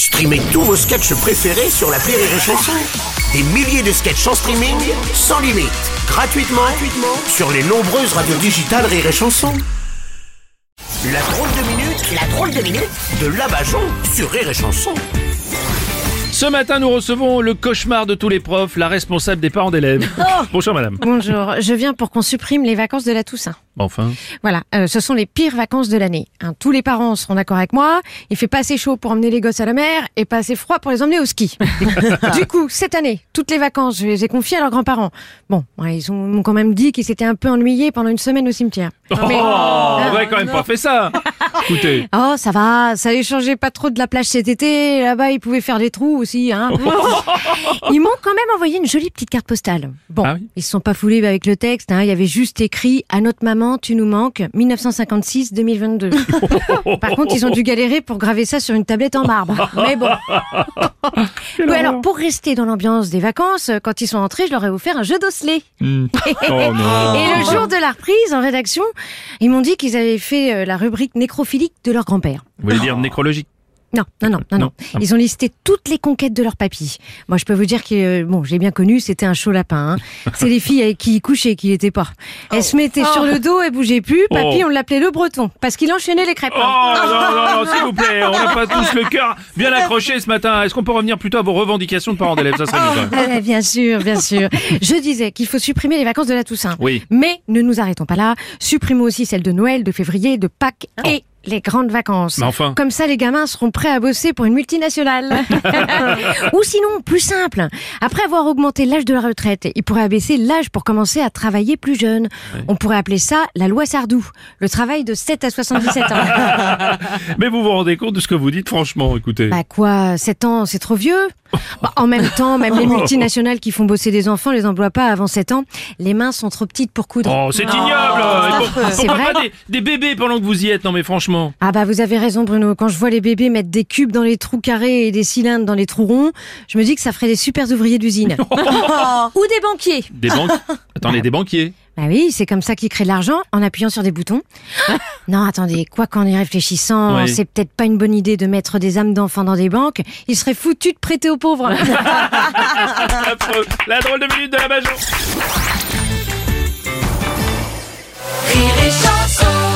Streamez tous vos sketchs préférés sur l'appli Rire et Chanson. Des milliers de sketchs en streaming, sans limite, gratuitement sur les nombreuses radios digitales Rire et Chanson. La drôle de minute de Labajon sur Rire et Chanson. Ce matin, nous recevons le cauchemar de tous les profs, la responsable des parents d'élèves. Bonjour madame. Bonjour, je viens pour qu'on supprime les vacances de la Toussaint. Enfin. Voilà, ce sont les pires vacances de l'année. Tous les parents seront d'accord avec moi, il fait pas assez chaud pour emmener les gosses à la mer et pas assez froid pour les emmener au ski. Du coup, cette année, toutes les vacances, je les ai confiées à leurs grands-parents. Bon, ils m'ont quand même dit qu'ils s'étaient un peu ennuyés pendant une semaine au cimetière. On aurait quand même pas fait ça. Écoutez. Oh, ça va, ça les changeait pas trop de la plage cet été. Là-bas, ils pouvaient faire des trous aussi. Ils m'ont quand même envoyé une jolie petite carte postale. Bon, Ils se sont pas foulés avec le texte. Il y avait juste écrit « À notre maman, tu nous manques, 1956-2022 ». Par contre, ils ont dû galérer pour graver ça sur une tablette en marbre. Mais bon. Oui, alors, pour rester dans l'ambiance des vacances, quand ils sont entrés, je leur ai offert un jeu d'osselets. Oh non. Et le jour de la reprise, en rédaction, ils m'ont dit qu'ils avaient fait la rubrique nécrophilique de leur grand-père. Vous voulez dire nécrologique? Non. Ils ont listé toutes les conquêtes de leur papy. Moi, je peux vous dire que, j'ai bien connu, c'était un chaud lapin. C'est les filles avec qui il couchait qui n'étaient pas. Elles se mettaient sur le dos, elles bougeaient plus. Papy, on l'appelait le breton, parce qu'il enchaînait les crêpes. Non, s'il vous plaît, on n'a pas tous le cœur bien accroché ce matin. Est-ce qu'on peut revenir plutôt à vos revendications de parents d'élèves? Ça serait mieux. Bien sûr. Je disais qu'il faut supprimer les vacances de la Toussaint. Oui. Mais ne nous arrêtons pas là. Supprimons aussi celles de Noël, de février, de Pâques et les grandes vacances. Mais enfin. Comme ça, les gamins seront prêts à bosser pour une multinationale. Ou sinon, plus simple. Après avoir augmenté l'âge de la retraite, ils pourraient abaisser l'âge pour commencer à travailler plus jeune. Ouais. On pourrait appeler ça la loi Sardou. Le travail de 7 à 77 ans. Mais vous vous rendez compte de ce que vous dites, franchement, écoutez. 7 ans, c'est trop vieux. En même temps, même les multinationales qui font bosser des enfants les emploient pas avant 7 ans. Les mains sont trop petites pour coudre. Oh, c'est ignoble. Pourquoi vrai. Pas des bébés pendant que vous y êtes? Non mais franchement. Vous avez raison Bruno. Quand je vois les bébés mettre des cubes dans les trous carrés et des cylindres dans les trous ronds, je me dis que ça ferait des super ouvriers d'usine. Ou des banquiers. Attendez, des banquiers? Oui, c'est comme ça qu'ils créent de l'argent, en appuyant sur des boutons. Non, attendez, quoi qu'en y réfléchissant, c'est peut-être pas une bonne idée de mettre des âmes d'enfants dans des banques. Ils seraient foutus de prêter aux pauvres. La drôle de minute de Labajon. Rire et Chanson.